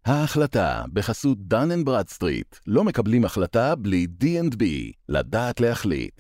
ההחלטה בחסות דן אנד ברדסטריט. לא מקבלים החלטה בלי D&B. לדעת להחליט.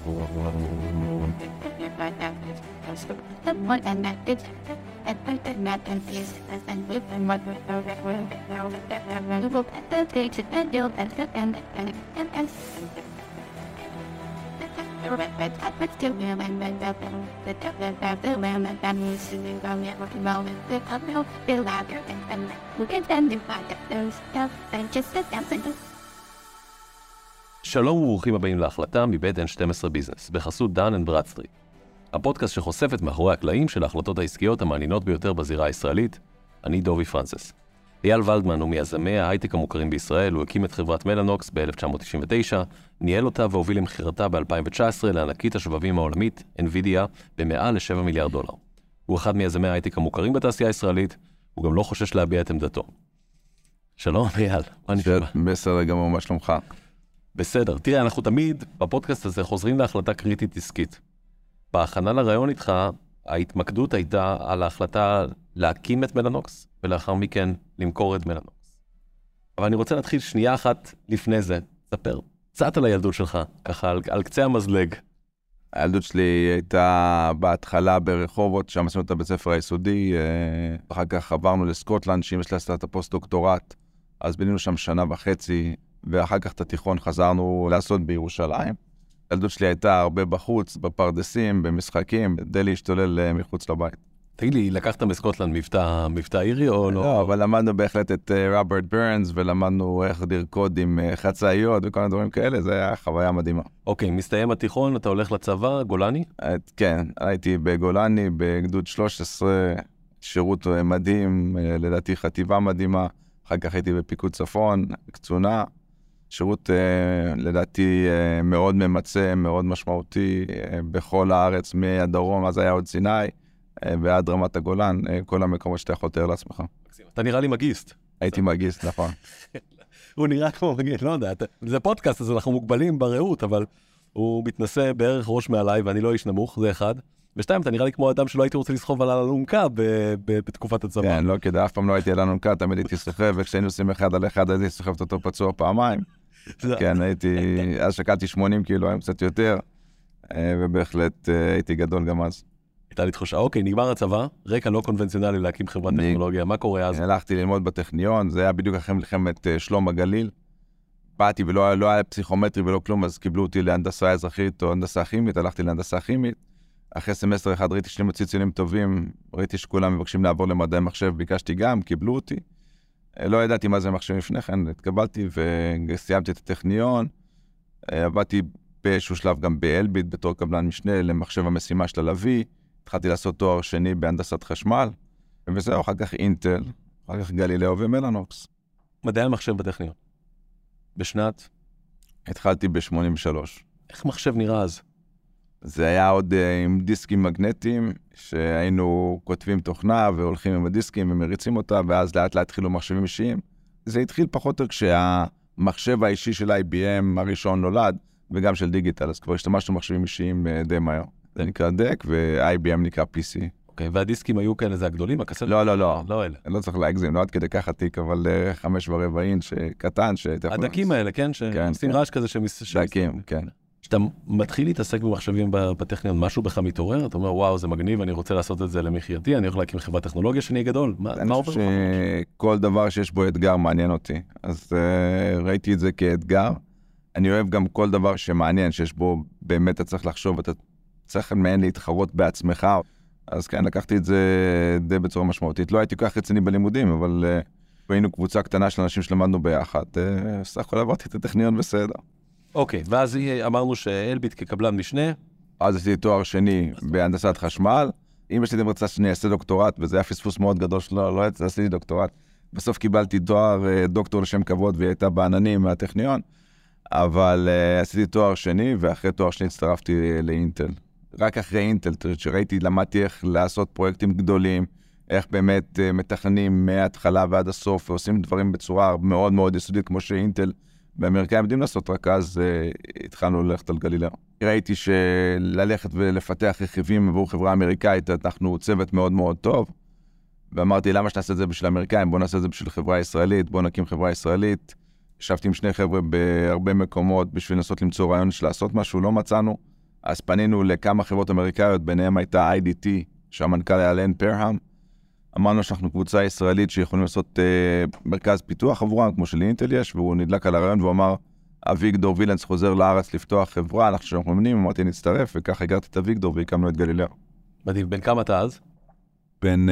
שלום וברוכים הבאים להחלטה מבית N12 ביזנס, בחסות דן אנד ברדסטריט. הפודקאסט שחושף את מאחורי הקלעים של ההחלטות העסקיות המעניינות ביותר בזירה הישראלית. אני דובי פרנסס. אייל ולדמן הוא מיזמי ההייטק המוכרים בישראל, הוא הקים את חברת מלאנוקס ב-1999, ניהל אותה והוביל למכירתה ב-2019 לענקית השבבים העולמית, NVIDIA, במעל ל$7 מיליארד. הוא אחד מיזמי ההייטק המוכרים בתעשייה הישראלית, הוא גם לא חושש להביע את עמדתו. שלום אייל, מה נשמע? בסדר גמור, מה שלומך? בסדר, תראה, אנחנו תמיד בפודקאסט הזה חוזרים להחלטה קריטית עסקית. בהכנה לרעיון איתך, ההתמקדות הייתה על ההחלטה להקים את מלאנוקס, ולאחר מכן למכור את מלאנוקס. אבל אני רוצה להתחיל שנייה אחת לפני זה, תספר קצת על הילדות שלך, ככה על קצה המזלג. הילדות שלי הייתה בהתחלה ברחובות, שם עשינו את הבית ספר היסודי, אחר כך עברנו לסקוטלנד, שאמא שלי עשתה את הפוסט-דוקטורט, אז בילינו שם 1.5 שנה, ואחר כך את התיכון חזרנו לעשות בירושלים. הילדות שלי הייתה הרבה בחוץ, בפרדסים, במשחקים, כדי להשתולל מחוץ לבית. תגיד לי, לקחת בסקוטלנד מבטא אירי או לא? לא, אבל למדנו בהחלט את רוברט ברנס, ולמדנו איך לרקוד עם חצאיות וכל מיני דברים כאלה, זה היה חוויה מדהימה. אוקיי, מסתיים התיכון, אתה הולך לצבא, גולני? כן, הייתי בגולני, בגדוד 13, שירות מדהים, לדעתי חטיבה מדהימה, אחר כך הייתי בפיקוד צפון, קצונה, שירות לדעתי מאוד ממצא, מאוד משמעותי, בכל הארץ, מהדרום, אז היה עוד סיני, ועד רמת הגולן, כל המקומות שאתה יכול לתאר לעצמך. אתה נראה לי מגיסט. הייתי מגיסט, נכון. הוא נראה כמו מגיסט, לא יודע, זה פודקאסט, אז אנחנו מוגבלים בראות, אבל הוא מתנסה בערך ראש מעליי, ואני לא איש נמוך, זה אחד. ושתיים, אתה נראה לי כמו אדם שלא הייתי רוצה לסחוב על אלונקה בתקופת הצבא. כן, לא כדי, אף פעם לא הייתי על אלונקה, תמיד הייתי סוחב, וכשהיינו עושים 1 על 1, הייתי סוחבת אותו פצוע פעמיים. כן, אז שקלתי 80 קילו, היום קצת יותר, ובהחלט הייתי גדול גם אז. הייתה לי תחושה, אוקיי, נגמר הצבא, רקע לא קונבנציונלי להקים חברת טכנולוגיה, מה קורה אז? הלכתי ללמוד בטכניון, זה היה בדיוק אחרי מלחמת שלום הגליל. באתי ולא היה פסיכומטרי ולא כלום, אז קיבלו אותי להנדסה אזרחית או הנדסה כימית, הלכתי להנדסה כימית. אחרי סמסטר אחד ראיתי שלי מוציא ציונים טובים, ראיתי שכולם מבקשים לעבור למדעי מחשב, ביקשתי גם, קיבלו אותי. לא ידעתי מה זה מחשב לפני כן, התקבלתי וסיימתי את הטכניון. עבדתי באיזשהו שלב גם באלביט בתור קבלן משנה למחשב המשימה של הלוי. התחלתי לעשות תואר שני בהנדסת חשמל, וזהו, אחר כך אינטל, אחר כך גלילאו ומלאנוקס. מדעי המחשב בטכניון. בשנת? התחלתי ב-83. איך מחשב נראה אז? זה היה עוד עם דיסקים מגנטיים, שהיינו כותבים תוכנה והולכים עם הדיסקים ומריצים אותה, ואז לאט לאט התחילו מחשבים אישיים. זה התחיל פחות או יותר כשהמחשב האישי של IBM הראשון נולד, וגם של דיגיטל, אז כבר השתמשנו מחשבים אישיים די מהר. זה נקרא דק, ו-IBM נקרא PC. אוקיי, והדיסקים היו כאלה, זה הגדולים, הקסט? לא, לא, לא. לא אלה. לא צריך להגזים, לא עד כדי כך עתיק, אבל 5.25 אינץ' קטן. הדקים האלה, כן? שעושים רעש כזה דקים, כן. כשאתה מתחיל להתעסק במחשבים בטכניון, משהו בך מתעורר, אתה אומר, וואו, זה מגניב, אני רוצה לעשות את זה למחייתי, אני הולך להקים חברת טכנולוגיה שאני גדול. אני חושב שכל דבר שיש בו אתגר מעניין אותי. אז ראיתי את זה כאתגר. אני אוהב גם כל דבר שמעניין, שיש בו באמת אתה צריך לחשוב, אתה צריך מעין להתחרות בעצמך. אז כן, לקחתי את זה די בצורה משמעותית. לא הייתי כך רציני בלימודים, אבל היינו קבוצה קטנה של אנשים שלמדנו ביחד. סך הכל עברתי את הטכניון בסדר. אוקיי, ואז אמרנו שאלביט כקבלן משנה. אז עשיתי תואר שני בהנדסת חשמל. אמא שלי רצתה שאני אעשה דוקטורט, וזה היה פספוס מאוד גדול שלא, לא עשיתי דוקטורט. בסוף קיבלתי תואר דוקטור לשם כבוד, והיא הייתה בעננים מהטכניון. אבל עשיתי תואר שני, ואחרי תואר שני הצטרפתי לאינטל. רק אחרי אינטל, שראיתי, למדתי איך לעשות פרויקטים גדולים, איך באמת מתכננים מההתחלה ועד הסוף, ועושים דברים בצורה מאוד מאוד יסודית, כמו שאינטל באמריקאים יודעים לעשות, רק אז התחלנו ללכת על גלילאו. ראיתי שללכת ולפתח רכיבים עבור חברה אמריקאית, אנחנו צוות מאוד מאוד טוב, ואמרתי, למה שנעשה את זה בשביל האמריקאים? בוא נעשה את זה בשביל חברה ישראלית, בוא נקים חברה ישראלית. ישבתי עם שני חבר'ה בהרבה מקומות בשביל לנסות למצוא רעיון של לעשות משהו, לא מצאנו. אז פנינו לכמה חברות אמריקאיות, ביניהם הייתה IDT, שהמנכ"ל היה לן פרהאם. אמרנו שאנחנו קבוצה ישראלית שיכולים לעשות מרכז פיתוח עבורם, כמו שלאינטל יש, והוא נדלק על הרעיון והוא אמר, אביגדור וילנס חוזר לארץ לפתוח חברה, אנחנו שאנחנו ממנים, אמרתי נצטרף, וככה הגעתי את אביגדור והקמנו את גלילאו. מדהים, בן כמה אתה אז? בן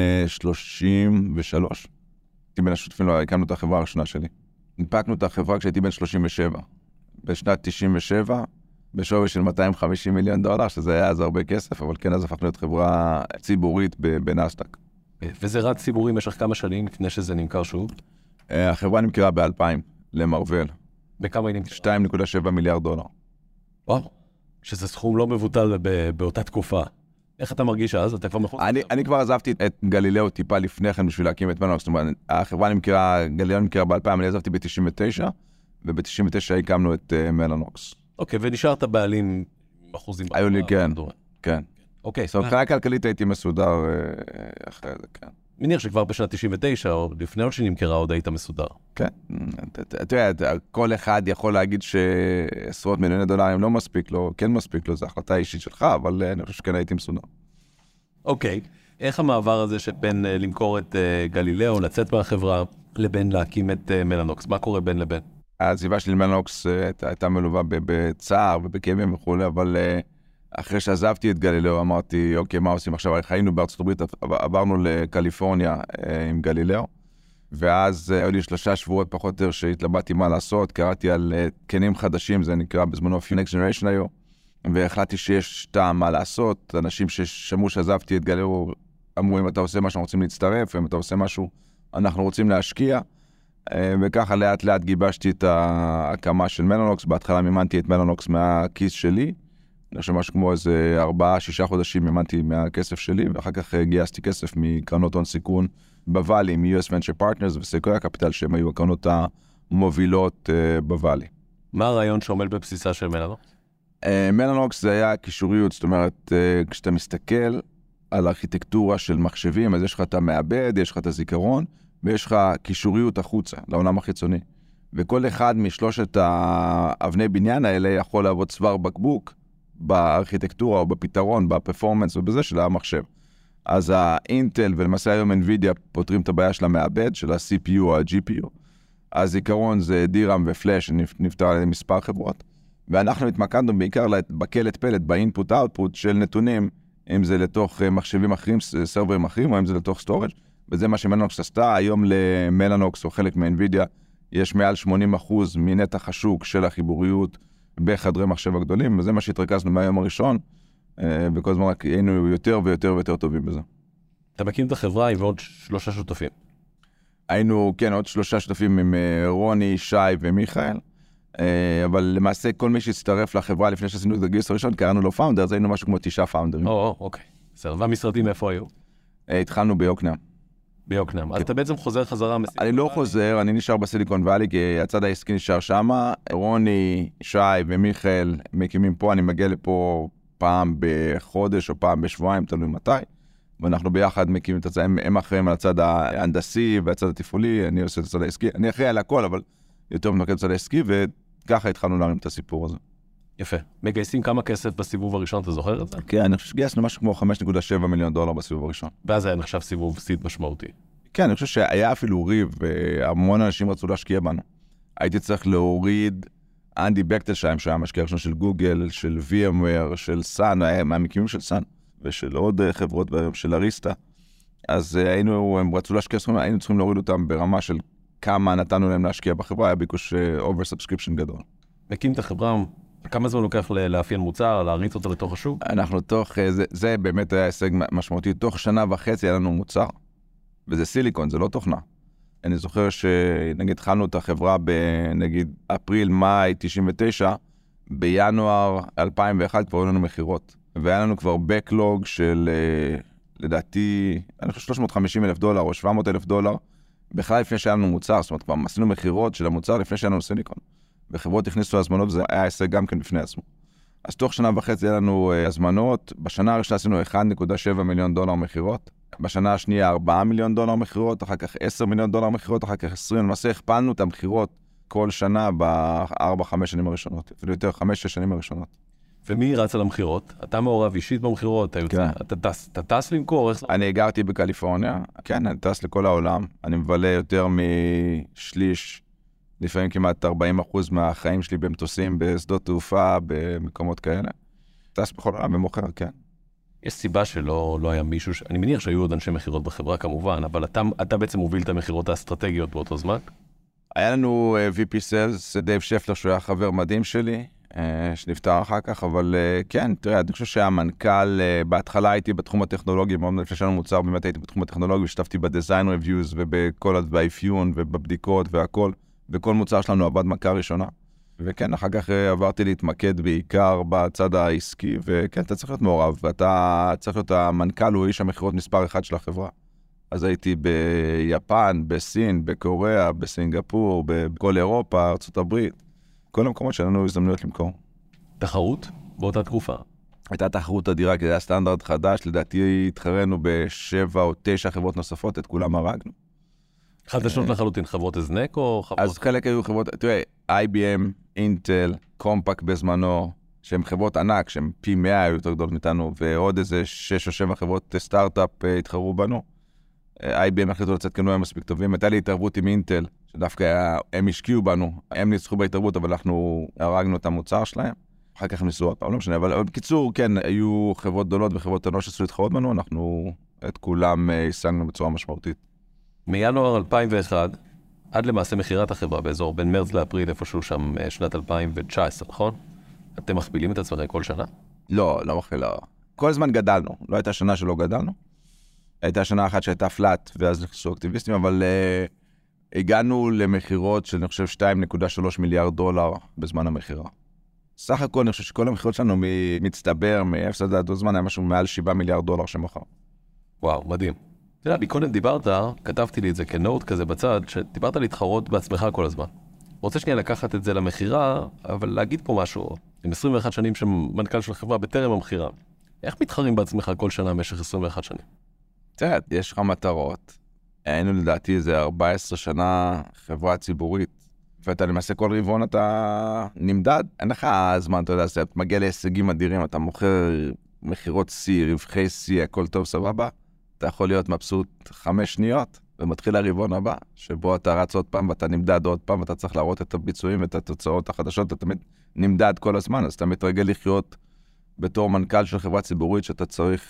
33. הייתי בין השותפים, לא, הקמנו את החברה הראשונה שלי. הנפקנו את החברה כשהייתי בן 37. בשנת 97, בשווי של $250 מיליון, שזה היה אז הרבה כסף, אבל כן, אז הפכנו להיות חברה ציבורית בנאסד"ק. וזה רץ ציבורי במשך כמה שנים לפני שזה נמכר שוב? החברה נמכרה ב-2000 למרוול. בכמה היא נמכרה? $2.7 מיליארד. וואו, שזה סכום לא מבוטל באותה תקופה. איך אתה מרגיש אז? אתה כבר מחוץ? אני כבר עזבתי את גלילאו טיפה לפני כן בשביל להקים את מלאנוקס. זאת אומרת, החברה נמכרה, גלילאו נמכרה ב-2000, אני עזבתי ב-99, וב-99 הקמנו את מלאנוקס. אוקיי, ונשארת בעלים אחוזים? היו לי, כן. אוקיי. זאת אומרת, מבחינה כלכלית הייתי מסודר אחרי זה, כן. מניח שכבר בשנת 99, או לפני עוד שנמכרה, עוד היית מסודר. כן. אתה יודע, כל אחד יכול להגיד שעשרות מיליוני דולרים לא מספיק לו, כן מספיק לו, זו החלטה אישית שלך, אבל אני חושב שכן הייתי מסודר. אוקיי. איך המעבר הזה שבין למכור את גלילאו, לצאת מהחברה, לבין להקים את מלאנוקס? מה קורה בין לבין? העזיבה שלי למלאנוקס הייתה מלווה בצער ובכאבים וכו', אבל אחרי שעזבתי את גלילאו, אמרתי, אוקיי, מה עושים עכשיו? חיינו בארצות הברית, עברנו לקליפורניה עם גלילאו, ואז היו לי 3 שבועות פחות או יותר שהתלבטתי מה לעשות, קראתי על תקנים חדשים, זה נקרא בזמנו Next Generation היו, והחלטתי שיש טעם מה לעשות. אנשים ששמעו שעזבתי את גלילאו, אמרו, אם אתה עושה משהו, אנחנו רוצים להצטרף, אם אתה עושה משהו, אנחנו רוצים להשקיע, וככה לאט לאט גיבשתי את ההקמה של מלאנוקס. בהתחלה מימנתי את מלאנוקס מהכיס שלי, אני חושב משהו כמו איזה 4-6 חודשים מימנתי מהכסף שלי, ואחר כך גייסתי כסף מקרנות הון סיכון בוואלי, מ-US Venture Partners וסקויה קפיטל, שהם היו הקרנות המובילות בוואלי. מה הרעיון שעומד בבסיסה של מלאנוקס? מלאנוקס זה היה קישוריות, זאת אומרת, כשאתה מסתכל על הארכיטקטורה של מחשבים, אז יש לך את המעבד, יש לך את הזיכרון, ויש לך קישוריות החוצה, לעולם החיצוני. וכל אחד משלושת האבני בניין האלה יכול לעבוד צוואר בקבוק בארכיטקטורה או בפתרון, בפרפורמנס ובזה של המחשב. אז האינטל ולמעשה היום NVIDIA פותרים את הבעיה של המעבד, של ה-CPU או ה-GPU. הזיכרון זה DRAM ופלאש שנפתר על מספר חברות. ואנחנו התמקדנו בעיקר בקלט פלט, באינפוט-אוטפוט של נתונים, אם זה לתוך מחשבים אחרים, סרברים אחרים, או אם זה לתוך סטורג'. וזה מה שמלאנוקס עשתה. היום למלאנוקס או חלק מ-NVIDIA יש מעל 80% מנתח השוק של החיבוריות בחדרי מחשב הגדולים, וזה מה שהתרכזנו מהיום הראשון, וכל הזמן רק היינו יותר ויותר ויותר טובים בזה. אתה מקים את החברה עם עוד 3 שותפים. היינו, כן, עוד 3 שותפים עם רוני, שי ומיכאל, אבל למעשה כל מי שהצטרף לחברה לפני שעשינו את הגיוס הראשון, קראנו לו פאונדר, אז היינו משהו כמו 9 פאונדרים. אוקיי. בסדר, והמשרדים איפה היו? התחלנו ביוקנעם. ביוקנעם. אז אתה בעצם חוזר חזרה אני לא חוזר, אני נשאר בסיליקון ואלי, כי הצד העסקי נשאר שם. רוני, שי ומיכאל מקימים פה, אני מגיע לפה פעם בחודש או פעם בשבועיים, תלוי מתי. ואנחנו ביחד מקימים את הצד, הם אחראים על הצד ההנדסי והצד התפעולי, אני עושה את הצד העסקי. אני אחראי על הכל, אבל יותר מתמקד בצד העסקי, וככה התחלנו להרים את הסיפור הזה. יפה. מגייסים כמה כסף בסיבוב הראשון, אתה זוכר את זה? כן, אני חושב שגייסנו משהו כמו $5.7 מיליון בסיבוב הראשון. ואז היה נחשב סיבוב סיד משמעותי. כן, אני חושב שהיה אפילו ריב, והמון אנשים רצו להשקיע בנו. הייתי צריך להוריד אנדי בקטלשיים, שהיה משקיע ראשון של גוגל, של VMware, של סאן, מהמקימים של סאן, ושל עוד חברות, של אריסטה. אז הם רצו להשקיע סכומים, היינו צריכים להוריד אותם ברמה של כמה נתנו להם להשקיע בחברה, היה ביקוש oversubscription גדול. מקים את החברה, כמה זמן לוקח לאפיין מוצר, להריץ אותו לתוך השוק? אנחנו זה באמת היה הישג משמעותי, תוך 1.5 שנה היה לנו מוצר. וזה סיליקון, זה לא תוכנה. אני זוכר שנגיד התחלנו את החברה בנגיד אפריל-מאי 99, בינואר 2001 כבר היו לנו מחירות. והיה לנו כבר בקלוג של, לדעתי, אני חושב $350,000 או $700,000, בכלל לפני שהיה לנו מוצר, זאת אומרת, כבר עשינו מחירות של המוצר לפני שהיה לנו סיליקון. וחברות הכניסו הזמנות, וזה היה הישג גם כן בפני עצמו. אז תוך 1.5 שנה היה לנו הזמנות, בשנה הראשונה עשינו $1.7 מיליון מחירות, בשנה השנייה 4 מיליון דולר מחירות, אחר כך 10 מיליון דולר מחירות, אחר כך 20, למעשה הכפלנו את המחירות כל שנה ב4-5 שנים הראשונות, אפילו יותר 5-6 שנים הראשונות. ומי רץ על המחירות? אתה מעורב אישית במחירות, כן. אתה טס למכור? אני גרתי בקליפורניה, כן, אני טס לכל העולם, אני מבלה יותר משליש, לפעמים כמעט 40% מהחיים שלי במטוסים, בשדות תעופה, במקומות כאלה. טס בכל העולם ומוכר, כן. יש סיבה שלא היה מישהו, אני מניח שהיו עוד אנשי מחירות בחברה כמובן, אבל אתה בעצם מוביל את המחירות האסטרטגיות באותו זמן? היה לנו VP Sales, דייב שפלר, שהוא היה חבר מדהים שלי, שנפטר אחר כך, אבל כן, תראה, אני חושב שהמנכ"ל, בהתחלה הייתי בתחום הטכנולוגי, מאוד לפני שלנו מוצר, באמת הייתי בתחום הטכנולוגי, השתתפתי בדיזיין ריוויוז ובכל האפיון ובבדיקות והכל, וכל מוצר שלנו עבד מכה ראשונה. וכן, אחר כך עברתי להתמקד בעיקר בצד העסקי, וכן, אתה צריך להיות מעורב, ואתה צריך להיות המנכ"ל, הוא איש המחירות מספר אחד של החברה. אז הייתי ביפן, בסין, בקוריאה, בסינגפור, בכל אירופה, ארצות הברית. כל המקומות שלנו הזדמנויות למכור. תחרות באותה תקופה? הייתה תחרות אדירה, כי זה היה סטנדרט חדש, לדעתי התחרנו ב7 או 9 חברות נוספות, את כולם הרגנו. חדשות לחלוטין, חברות הזנק או חברות? אז חלק היו חברות, תראה, IBM, אינטל, קומפק בזמנו, שהן חברות ענק, שהן פי 100 היו יותר גדולות מאיתנו, ועוד איזה 6 או 7 חברות סטארט-אפ התחרו בנו. IBM החליטו לצאת כנו הם מספיק טובים. הייתה לי התערבות עם אינטל, שדווקא הם השקיעו בנו, הם ניצחו בהתערבות, אבל אנחנו הרגנו את המוצר שלהם. אחר כך הם ניסו עוד פעם, לא משנה, אבל בקיצור, כן, היו חברות גדולות וחברות קטנות שעשו להתחרות בנו, אנחנו את כולם השגנו בצורה משמעותית. מינואר 2001, עד למעשה מחירת החברה באזור בין מרץ לאפריל, איפשהו שם שנת 2019, נכון? אתם מכפילים את עצמכם כל שנה? לא מכפיל, לא. כל הזמן גדלנו, לא הייתה שנה שלא גדלנו. הייתה שנה אחת שהייתה פלט, ואז נכנסו אקטיביסטים, אבל הגענו למחירות של, אני חושב, 2.3 מיליארד דולר בזמן המחירה. סך הכל, אני חושב שכל המחירות שלנו מצטבר, מאפס עד אותו זמן, היה משהו מעל 7 מיליארד דולר שמחר. וואו, מדהים. אתה יודע, קודם דיברת, כתבתי לי את זה כנוט כזה בצד, שדיברת להתחרות בעצמך כל הזמן. רוצה שנייה לקחת את זה למחירה, אבל להגיד פה משהו, עם 21 שנים שמנכ"ל של חברה בטרם המחירה. איך מתחרים בעצמך כל שנה במשך 21 שנים? תראה, יש לך מטרות. היינו לדעתי איזה 14 שנה חברה ציבורית, ואתה למעשה כל רבעון אתה נמדד. אין לך זמן, אתה יודע, אתה מגיע להישגים אדירים, אתה מוכר מחירות C, רווחי C, הכל טוב, סבבה. אתה יכול להיות מבסוט 5 שניות, ומתחיל הרבעון הבא, שבו אתה רץ עוד פעם, ואתה נמדד עוד פעם, ואתה צריך להראות את הביצועים ואת התוצאות החדשות, אתה תמיד נמדד כל הזמן, אז אתה מתרגל לחיות בתור מנכ"ל של חברה ציבורית, שאתה צריך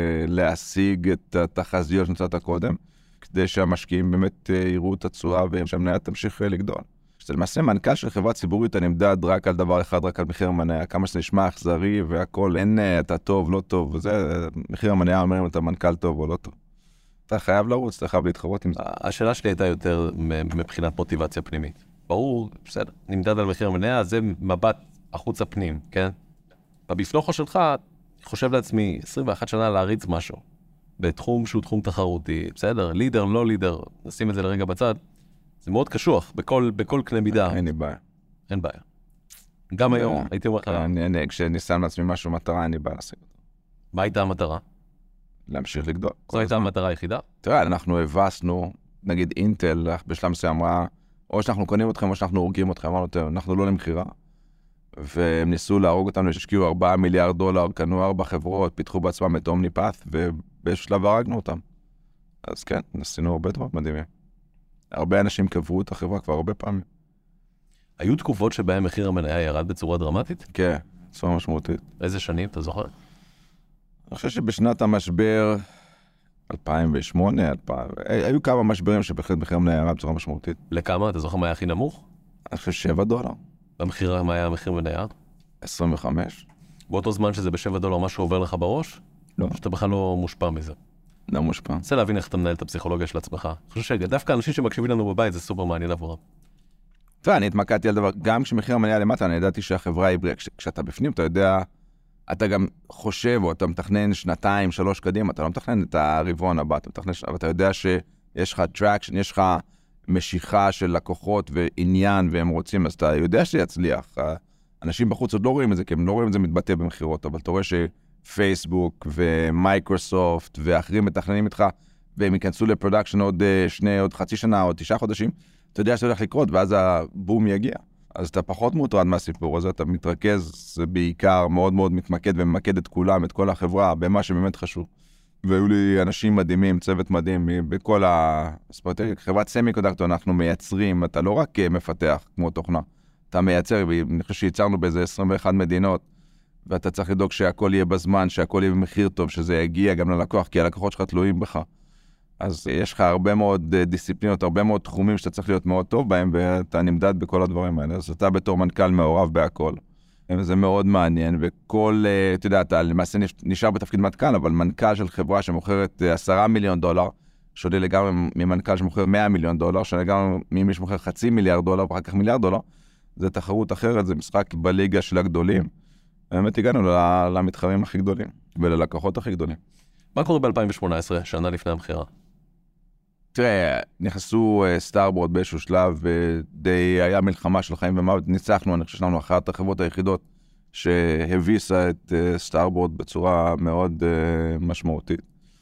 להשיג את התחזיות שנצאת קודם, כדי שהמשקיעים באמת יראו את התשואה, ושהמניה תמשיך לגדול. שזה למעשה מנכ"ל של חברה ציבורית, אתה נמדד רק על דבר אחד, רק על מחיר המניה, כמה שזה נשמע אכזרי והכל, אין אתה טוב, לא טוב, וזה, מחיר המניה אומר אם אתה מנכ"ל טוב או לא טוב. אתה חייב לרוץ, אתה חייב להתחרות עם זה. השאלה שלי הייתה יותר מבחינת מוטיבציה פנימית. ברור, בסדר, נמדד על מחיר המניה, זה מבט החוץ הפנים, כן? בבפנוכו שלך, חושב לעצמי, 21 שנה להריץ משהו, בתחום שהוא תחום תחרותי, בסדר, לידר, לא לידר, נשים את זה לרגע בצד, זה מאוד קשוח, בכל קנה מידה. אין לי בעיה. אין בעיה. גם היום, הייתי אומר לך. כשאני שם לעצמי משהו מטרה, אין לי בעיה להשיג אותו. מה הייתה המטרה? להמשיך לגדול. זו הייתה המטרה היחידה? תראה, אנחנו הבסנו, נגיד אינטל, בשלב מסוים אמרה, או שאנחנו קונים אתכם, או שאנחנו הורגים אתכם, אמרנו, אנחנו לא למחירה. והם ניסו להרוג אותנו, השקיעו 4 מיליארד דולר, קנו 4 חברות, פיתחו בעצמם את אומניפאת' ובשלב הרגנו אותם. אז כן, עשינו הרבה דברים מדהימים. הרבה אנשים קברו את החברה כבר הרבה פעמים. היו תקופות שבהן מחיר המניה ירד בצורה דרמטית? כן, בצורה משמעותית. איזה שנים, אתה זוכר? אני חושב שבשנת המשבר 2008, היו כמה משברים שבהחלט מחיר המניה ירד בצורה משמעותית. לכמה? אתה זוכר מה היה הכי נמוך? אני חושב $7. במחיר, מה היה המחיר מניה? 25. באותו זמן שזה $7, משהו עובר לך בראש? לא. שאתה בכלל לא מושפע מזה. לא מושפע. אני רוצה להבין איך אתה מנהל את הפסיכולוגיה של עצמך. אני חושב שדווקא אנשים שמקשיבים לנו בבית זה סופר מעניין עבורם. תראה, אני התמקדתי על דבר, גם כשמחיר המניה למטה, אני ידעתי שהחברה היא בריאה. כשאתה בפנים, אתה יודע, אתה גם חושב, או אתה מתכנן 2-3 קדימה, אתה לא מתכנן את הרבעון הבא, אתה יודע שיש לך טראקשן, יש לך משיכה של לקוחות ועניין, והם רוצים, אז אתה יודע שיצליח. אנשים בחוץ עוד לא רואים את זה, כי הם לא רואים את זה מתבטא במחירות, אבל אתה רואה פייסבוק ומייקרוסופט ואחרים מתכננים איתך, והם ייכנסו לפרודקשן עוד חצי שנה, עוד 9 חודשים, אתה יודע שזה הולך לקרות, ואז הבום יגיע. אז אתה פחות מוטרד מהסיפור הזה, אתה מתרכז בעיקר, מאוד מאוד מתמקד וממקד את כולם, את כל החברה, במה שבאמת חשוב. והיו לי אנשים מדהימים, צוות מדהים, בכל חברת סמיקונדקטור אנחנו מייצרים, אתה לא רק מפתח כמו תוכנה, אתה מייצר, ואני חושב שייצרנו באיזה 21 מדינות, ואתה צריך לדאוג שהכל יהיה בזמן, שהכל יהיה במחיר טוב, שזה יגיע גם ללקוח, כי הלקוחות שלך תלויים בך. אז יש לך הרבה מאוד דיסציפלינות, הרבה מאוד תחומים שאתה צריך להיות מאוד טוב בהם, ואתה נמדד בכל הדברים האלה. אז אתה בתור מנכ"ל מעורב בהכל. זה מאוד מעניין, וכל, אתה יודע, אתה למעשה נשאר בתפקיד מנכ"ל, אבל מנכ"ל של חברה שמוכרת $10 מיליון, שונה לגמרי ממנכ"ל שמוכר $100 מיליון, שונה לגמרי ממי שמוכר $500 מיליון, ואחר כך $1 מיליארד, זה תחרות אחרת, זה משחק בליגה של הגדולים. באמת הגענו למתחרים הכי גדולים, וללקוחות הכי גדולים. מה קורה ב-2018, שנה לפני המחירה? תראה, נכנסו סטארבורד באיזשהו שלב, ודי היה מלחמה של חיים ומוות, ניצחנו, אני חושב שלנו אחת החברות היחידות שהביסה את סטארבורד בצורה מאוד משמעותית.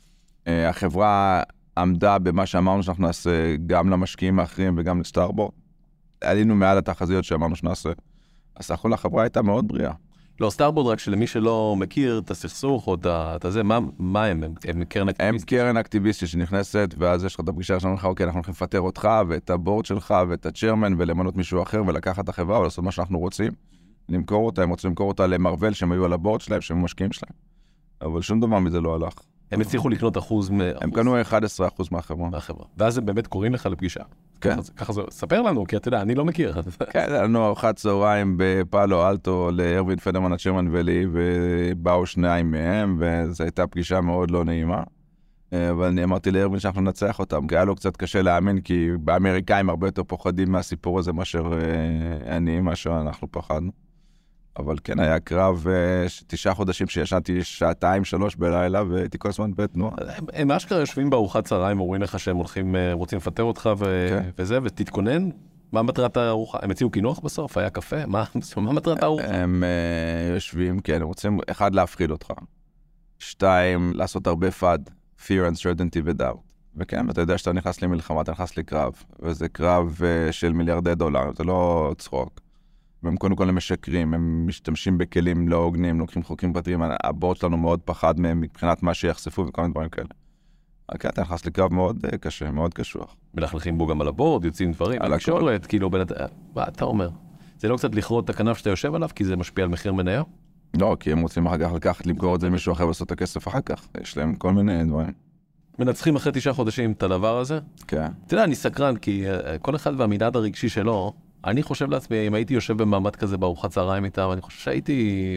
החברה עמדה במה שאמרנו שאנחנו נעשה גם למשקיעים האחרים וגם לסטארבורד. עלינו מעל התחזיות שאמרנו שנעשה. אז כל החברה הייתה מאוד בריאה. לא, סטארבורד, רק שלמי שלא מכיר את הסכסוך או את זה, מה הם? הם קרן אקטיביסטית? הם קרן אקטיביסטית שנכנסת, ואז יש לך את הפגישה שלנו לך, אוקיי, אנחנו הולכים לפטר אותך, ואת הבורד שלך, ואת הצ'רמן, ולמנות מישהו אחר, ולקחת את החברה, ולעשות מה שאנחנו רוצים. למכור אותה, הם רוצים למכור אותה למרוול, שהם היו על הבורד שלהם, שהם משקיעים שלהם. אבל שום דבר מזה לא הלך. הם הצליחו לקנות אחוז. הם קנו 11% מהחברה. ואז הם באמת קוראים לך לפגישה. כן. ככה זה, ספר לנו, כי אתה יודע, אני לא מכיר. כן, לנו ארוחת צהריים בפאלו אלטו לארווין פדרמן הצ'רמן ולי, ובאו 2 מהם, וזו הייתה פגישה מאוד לא נעימה. אבל אני אמרתי לארווין שאנחנו נצח אותם, כי היה לו קצת קשה להאמין, כי באמריקאים הרבה יותר פוחדים מהסיפור הזה מאשר אנחנו פחדנו. אבל כן, היה קרב 9 חודשים שישנתי 2-3 בלילה, והייתי כל הזמן בתנועה. הם אשכרה יושבים בארוחת צהריים, אומרים לך שהם רוצים לפטר אותך וזה, ותתכונן. מה מטרת הארוחה? הם הציעו קינוח בסוף? היה קפה? מה מטרת הארוחה? הם יושבים, כן, הם רוצים 1, להפחיד אותך. 2, לעשות הרבה פאד, fear, uncertainty ודאוט. וכן, אתה יודע שאתה נכנס למלחמה, אתה נכנס לקרב, וזה קרב של $1 מיליארד, זה לא צחוק. והם קודם כל משקרים, הם משתמשים בכלים לא הוגנים, לוקחים חוקים פרטיים, הבורד שלנו מאוד פחד מהם מבחינת מה שיחשפו וכל מיני דברים כאלה. כן, אתה נכנס לקרב מאוד קשה, מאוד קשוח. מלכלכים בו גם על הבורד, יוצאים דברים, על הקשורת, כאילו, מה אתה אומר? זה לא קצת לכרות את הכנף שאתה יושב עליו, כי זה משפיע על מחיר מניה? לא, כי הם רוצים אחר כך לקחת, למכור את זה למישהו אחר ולעשות את הכסף אחר כך. יש להם כל מיני דברים. מנצחים אחרי 9 חודשים את הדבר הזה? כן. אתה יודע, אני סקרן, כי כל אחד והמנעד הרגשי שלו, אני חושב לעצמי, אם הייתי יושב במעמד כזה בארוחת צהריים איתם, אני חושב שהייתי,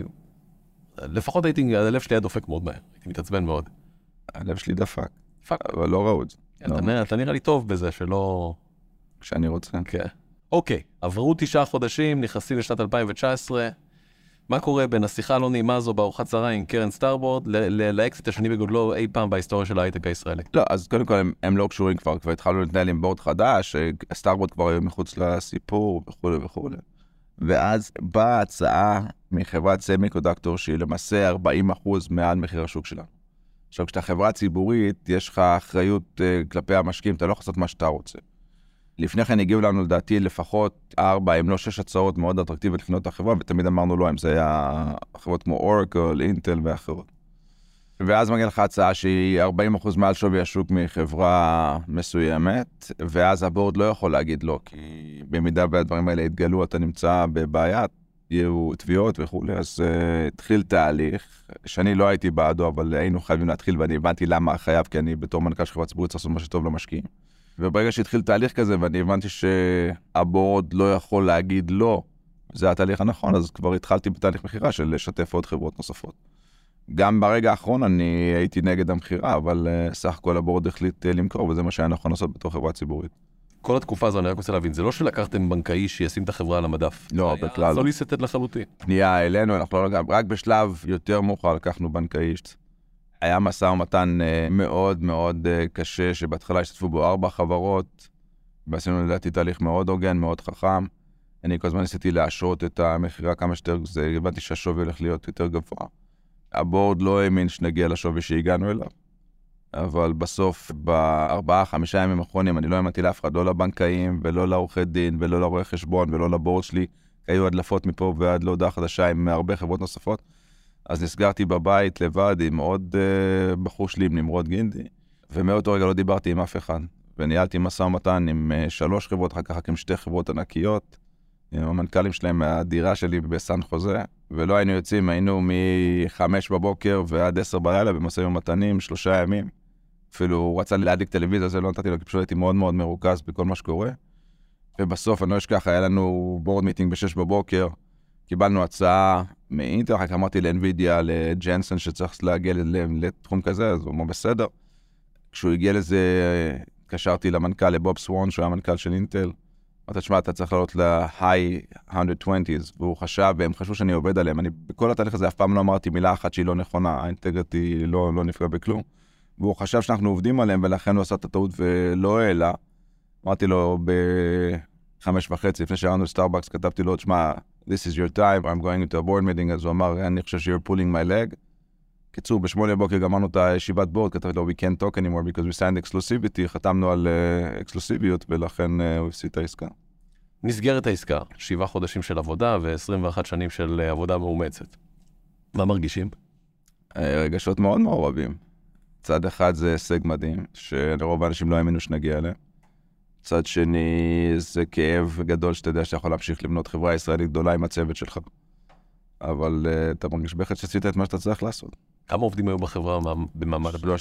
לפחות הלב שלי היה דופק מאוד מהר, הייתי מתעצבן מאוד. הלב שלי דפק, אבל לא ראו את זה. אתה נראה לי טוב בזה, שלא... כשאני רוצה. כן. אוקיי, עברו 9 חודשים, נכנסים לשנת 2019, מה קורה בין השיחה הלא נעימה הזו בארוחת צהריים עם קרן סטארבורד, לאקזיט השני בגודלו אי פעם בהיסטוריה של ההייטק הישראלי? לא, אז קודם כל הם לא קשורים כבר התחלנו להתנהל עם בורד חדש, סטארבורד כבר היו מחוץ לסיפור וכו' וכו'. ואז באה הצעה מחברת סמיקונדקטור שהיא למעשה 40% מעל מחיר השוק שלנו. עכשיו, כשאתה חברה ציבורית, יש לך אחריות כלפי המשקיעים, אתה לא יכול לעשות מה שאתה רוצה. לפני כן הגיעו לנו לדעתי לפחות 4, אם לא 6 הצעות מאוד אטרקטיביות לקנות את החברה, ותמיד אמרנו לא, אם זה היה חברות כמו אורקל, אינטל ואחרות. ואז מגיע לך הצעה שהיא 40% מעל שווי השוק מחברה מסוימת, ואז הבורד לא יכול להגיד לא, כי במידה והדברים האלה התגלו, אתה נמצא בבעיה, יהיו תביעות וכו', אז התחיל תהליך, שאני לא הייתי בעדו, אבל היינו חייבים להתחיל, ואני הבנתי למה חייב, כי אני בתור מנכ"ל של חברה ציבורית צריך לעשות מה שטוב למשקיעים. וברגע שהתחיל תהליך כזה, ואני הבנתי שהבורד לא יכול להגיד לא, זה התהליך הנכון, אז כבר התחלתי בתהליך מחירה של לשתף עוד חברות נוספות. גם ברגע האחרון אני הייתי נגד המחירה, אבל סך הכל הבורד החליט למכור, וזה מה שהיה נכון לעשות בתור חברה ציבורית. כל התקופה הזו, אני רק רוצה להבין, זה לא שלקחתם בנקאי שישים את החברה על המדף. לא, בכלל לא. זו ליסטד לחלוטין. פנייה אלינו, אנחנו רק בשלב יותר מאוחר לקחנו בנקאי. היה משא ומתן מאוד מאוד קשה, שבהתחלה השתתפו בו 4 חברות, ועשינו לדעתי תהליך מאוד הוגן, מאוד חכם. אני כל הזמן ניסיתי להשרות את המחירה כמה שיותר, הבנתי שהשווי הולך להיות יותר גבוה. הבורד לא האמין שנגיע לשווי שהגענו אליו, אבל בסוף, ב4-5 ימים האחרונים, אני לא האמנתי לאף אחד, לא לבנקאים, ולא לעורכי דין, ולא לרואי חשבון, ולא לבורד שלי. היו הדלפות מפה ועד להודעה חדשה עם הרבה חברות נוספות. אז נסגרתי בבית לבד עם עוד בחור שלי, עם נמרוד גינדי, ומאותו רגע לא דיברתי עם אף אחד. וניהלתי משא ומתן עם 3 חברות, אחר כך עם 2 חברות ענקיות, עם המנכ"לים שלהם מהדירה שלי בסן חוזה, ולא היינו יוצאים, היינו מ-5 בבוקר ועד 10 בלילה במשאים ומתנים, 3 ימים. אפילו הוא רצה להדליק טלוויזיה, זה לא נתתי לו, כי פשוט הייתי מאוד מאוד מרוכז בכל מה שקורה. ובסוף, אני לא אשכח, היה לנו בורד מיטינג ב-6 בבוקר, קיבלנו הצעה מאינטל, אחר כך אמרתי לאנווידיה, לג'נסון שצריך להגיע לתחום כזה, אז הוא אומר בסדר. כשהוא הגיע לזה, קשרתי למנכ"ל, לבוב סוואן, שהוא היה מנכ"ל של אינטל, אמרתי, תשמע, אתה צריך לעלות ל-high 120s, והוא חשב, והם חשבו שאני עובד עליהם. אני בכל התהליך הזה אף פעם לא אמרתי מילה אחת שהיא לא נכונה, האינטגריטי לא נפגע בכלום. והוא חשב שאנחנו עובדים עליהם, ולכן הוא עשה את הטעות ולא העלה. אמרתי לו ב-5:30, לפני שהרענו לסטארבקס, כתבתי לו, תשמע, this is your time, I'm going into a board meeting, אז הוא אמר, אני חושב you're pulling my leg. קיצור, ב8 בבוקר גמרנו את הישיבת בורד, כתבתי לו, we can't talk anymore because we signed exclusivity, חתמנו על אקסקלוסיביות, ולכן הוא הפסיד את העסקה. נסגרת העסקה, 7 חודשים של עבודה ו21 שנים של עבודה מאומצת. מה מרגישים? רגשות מאוד מעורבים. צד אחד זה הישג מדהים, שלרוב האנשים לא האמינו שנגיע אליהם. צד שני זה כאב גדול שאתה יודע שאתה יכול להמשיך לבנות חברה ישראלית גדולה עם הצוות שלך. אבל אתה מרגיש בהחלט שעשית את מה שאתה צריך לעשות. כמה עובדים היו בחברה במעמד הבחירה?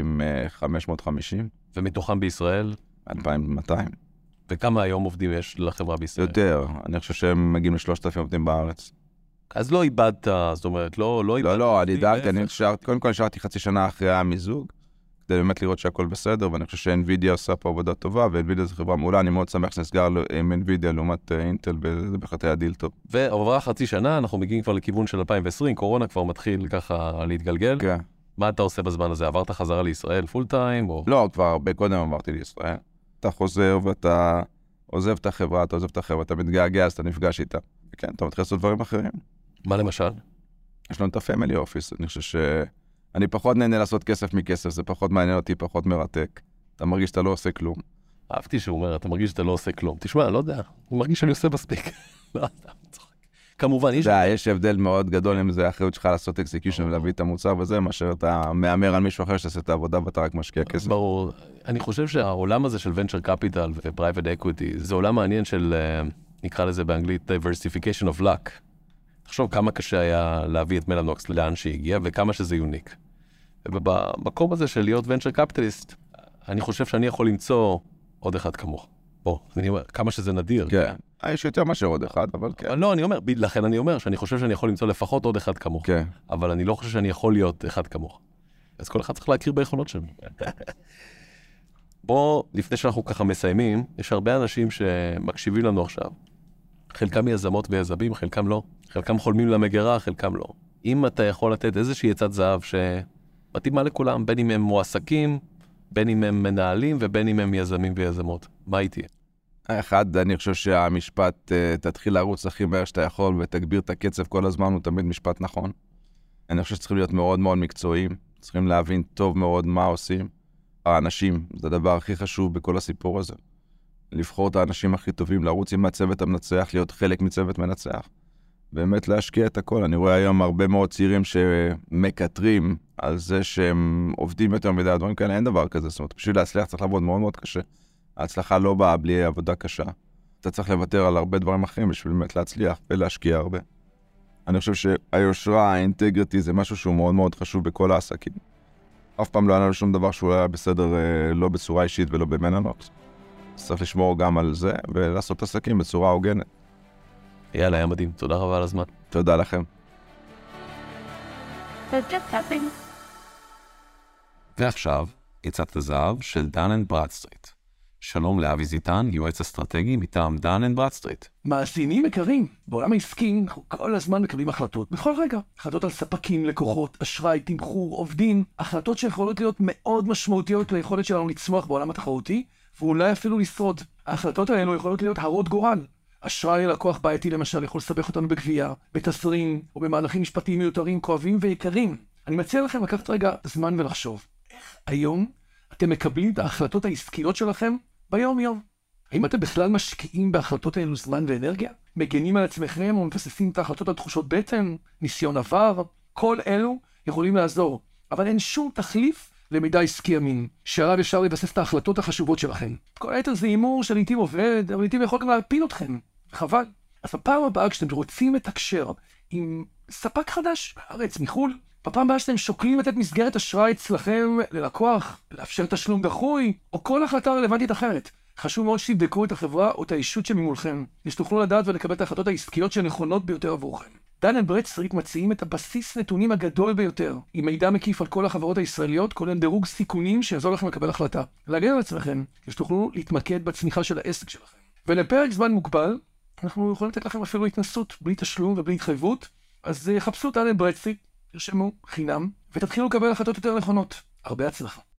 3,550. ומתוכם בישראל? 2,200. וכמה היום עובדים יש לחברה בישראל? יותר. אני חושב שהם מגיעים ל3,000 עובדים בארץ. אז לא איבדת, זאת אומרת, לא איבדת. לא, אני דאגתי, קודם כל נשארתי חצי שנה אחרי המיזוג, כדי באמת לראות שהכל בסדר, ואני חושב שאנווידיה עושה פה עבודה טובה, ואנווידיה זו חברה מעולה, אני מאוד שמח שנסגר עם אנווידיה לעומת אינטל, וזה בהחלט היה דיל טוב. ועברה חצי שנה, אנחנו מגיעים כבר לכיוון של 2020, קורונה כבר מתחיל ככה להתגלגל. כן. מה אתה עושה בזמן הזה? עברת חזרה לישראל פול טיים? לא, כבר הרבה קודם עברתי לישראל. אתה חוזר ואתה עוזב את החברה, אתה מתגעגע, אז אתה נפגש איתה. כן, אתה מתחיל לעשות דברים אחרים. מה למשל? יש לנו את הפמילי אופיס, אני חושב שאני פחות נהנה לעשות כסף מכסף, זה פחות מעניין אותי, פחות מרתק. אתה מרגיש שאתה לא עושה כלום. אהבתי שהוא אומר, אתה מרגיש שאתה לא עושה כלום. תשמע, לא יודע, הוא מרגיש שאני עושה מספיק. לא, אתה צוחק. כמובן, יש הבדל מאוד גדול אם זה האחריות שלך לעשות אקזקיושן ולהביא את המוצר וזה, מאשר אתה מאמר על מישהו אחר שעושה את העבודה ואתה רק משקיע כסף. ברור. אני חושב שהעולם הזה של venture capital ו-private equity, זה עולם מעניין של, נקרא לזה באנגלית, diversification of luck. תחשוב כמה קשה היה להביא את מלאנוקס לאן שהגיע וכמה שזה יוניק. ובמקום הזה של להיות venture capitalist, אני חושב שאני יכול למצוא עוד אחד כמוך. בוא, אני אומר, כמה שזה נדיר. כן. יש יותר מאשר עוד אחד, אבל כן. לא, אני אומר, לכן אני אומר שאני חושב שאני יכול למצוא לפחות עוד אחד כמוך. כן. אבל אני לא חושב שאני יכול להיות אחד כמוך. אז כל אחד צריך להכיר ביכולות שלנו. בוא, לפני שאנחנו ככה מסיימים, יש הרבה אנשים שמקשיבים לנו עכשיו. חלקם יזמות ויזמים, חלקם לא. חלקם חולמים למגרה, חלקם לא. אם אתה יכול לתת איזושהי עצת זהב שמתאימה לכולם, בין אם הם מועסקים, בין אם הם מנהלים ובין אם הם יזמים ויזמות. מה הייתי? אחד, אני חושב שהמשפט, תתחיל לרוץ הכי מהר שאתה יכול ותגביר את הקצב כל הזמן, הוא תמיד משפט נכון. אני חושב שצריכים להיות מאוד מאוד מקצועיים, צריכים להבין טוב מאוד מה עושים. האנשים, זה הדבר הכי חשוב בכל הסיפור הזה. לבחור את האנשים הכי טובים, לרוץ עם הצוות המנצח, להיות חלק מצוות מנצח. באמת להשקיע את הכל. אני רואה היום הרבה מאוד צעירים שמקטרים על זה שהם עובדים יותר מדי, הדברים כאלה, אין דבר כזה. זאת אומרת, בשביל להצליח צריך לעבוד מאוד מאוד קשה. ההצלחה לא באה בלי עבודה קשה. אתה צריך לוותר על הרבה דברים אחרים בשביל באמת להצליח ולהשקיע הרבה. אני חושב שהיושרה, האינטגריטי, זה משהו שהוא מאוד מאוד חשוב בכל העסקים. אף פעם לא היה לנו שום דבר שהוא היה בסדר, לא בצורה אישית ולא במלאנוקס. צריך לשמור גם על זה ולעשות עסקים בצורה הוגנת. יאללה, היה מדהים. תודה רבה על הזמן. תודה לכם. ועכשיו, עצת הזהב של דן & ברדסטריט. שלום לאבי זיתן, יועץ אסטרטגי מטעם דן & ברדסטריט. מאזינים יקרים, בעולם העסקי אנחנו כל הזמן מקבלים החלטות, בכל רגע. החלטות על ספקים, לקוחות, אשראי, תמחור, עובדים, החלטות שיכולות להיות מאוד משמעותיות ליכולת שלנו לצמוח בעולם התחרותי, ואולי אפילו לשרוד. ההחלטות האלו יכולות להיות הרות גורל. אשראי ללקוח בעייתי למשל יכול לסבך אותנו בגבייה, בתזרים או במהלכים משפטיים מיותרים, כואבים ויקרים. אני מציע לכם לקחת רגע זמן ולחשוב. איך היום אתם מקבלים את ההחלטות העסקיות שלכם ביום-יום? האם אתם בכלל משקיעים בהחלטות האלו זמן ואנרגיה? מגנים על עצמכם או מבססים את ההחלטות על תחושות בטן, ניסיון עבר? כל אלו יכולים לעזור, אבל אין שום תחליף למידע עסקי אמין, שעליו אפשר לבסס את ההחלטות החשובות שלכם. כל היתר זה אימור שלעיתים עובד, אבל לעיתים יכול גם להפיל אתכם. חבל. אז בפעם הבאה כשאתם רוצים לתקשר עם ספק חדש בארץ, מחול, בפעם הבאה שאתם שוקלים לתת מסגרת אשראי אצלכם ללקוח, לאפשר תשלום דחוי, או כל החלטה רלוונטית אחרת, חשוב מאוד שתבדקו את החברה או את האישות שממולכם, שתוכלו לדעת ולקבל את ההחלטות העסקיות שנכונות ביותר עבורכם. דן & ברדסטריט מציעים את הבסיס נתונים הגדול ביותר, עם מידע מקיף על כל החברות הישראליות, כולל דירוג סיכונים שיעזור לכם לקבל החלטה. להגן על עצמכם, שתוכלו להתמקד בצמיחה של העסק שלכם. ולפרק זמן מוגבל, אנחנו יכולים לתת לכם אפילו התנסות, בלי תשלום ובלי התחייבות, אז חפשו דן & ברדסטריט, תרשמו חינם, ותתחילו לקבל החלטות יותר נכונות. הרבה הצלחה.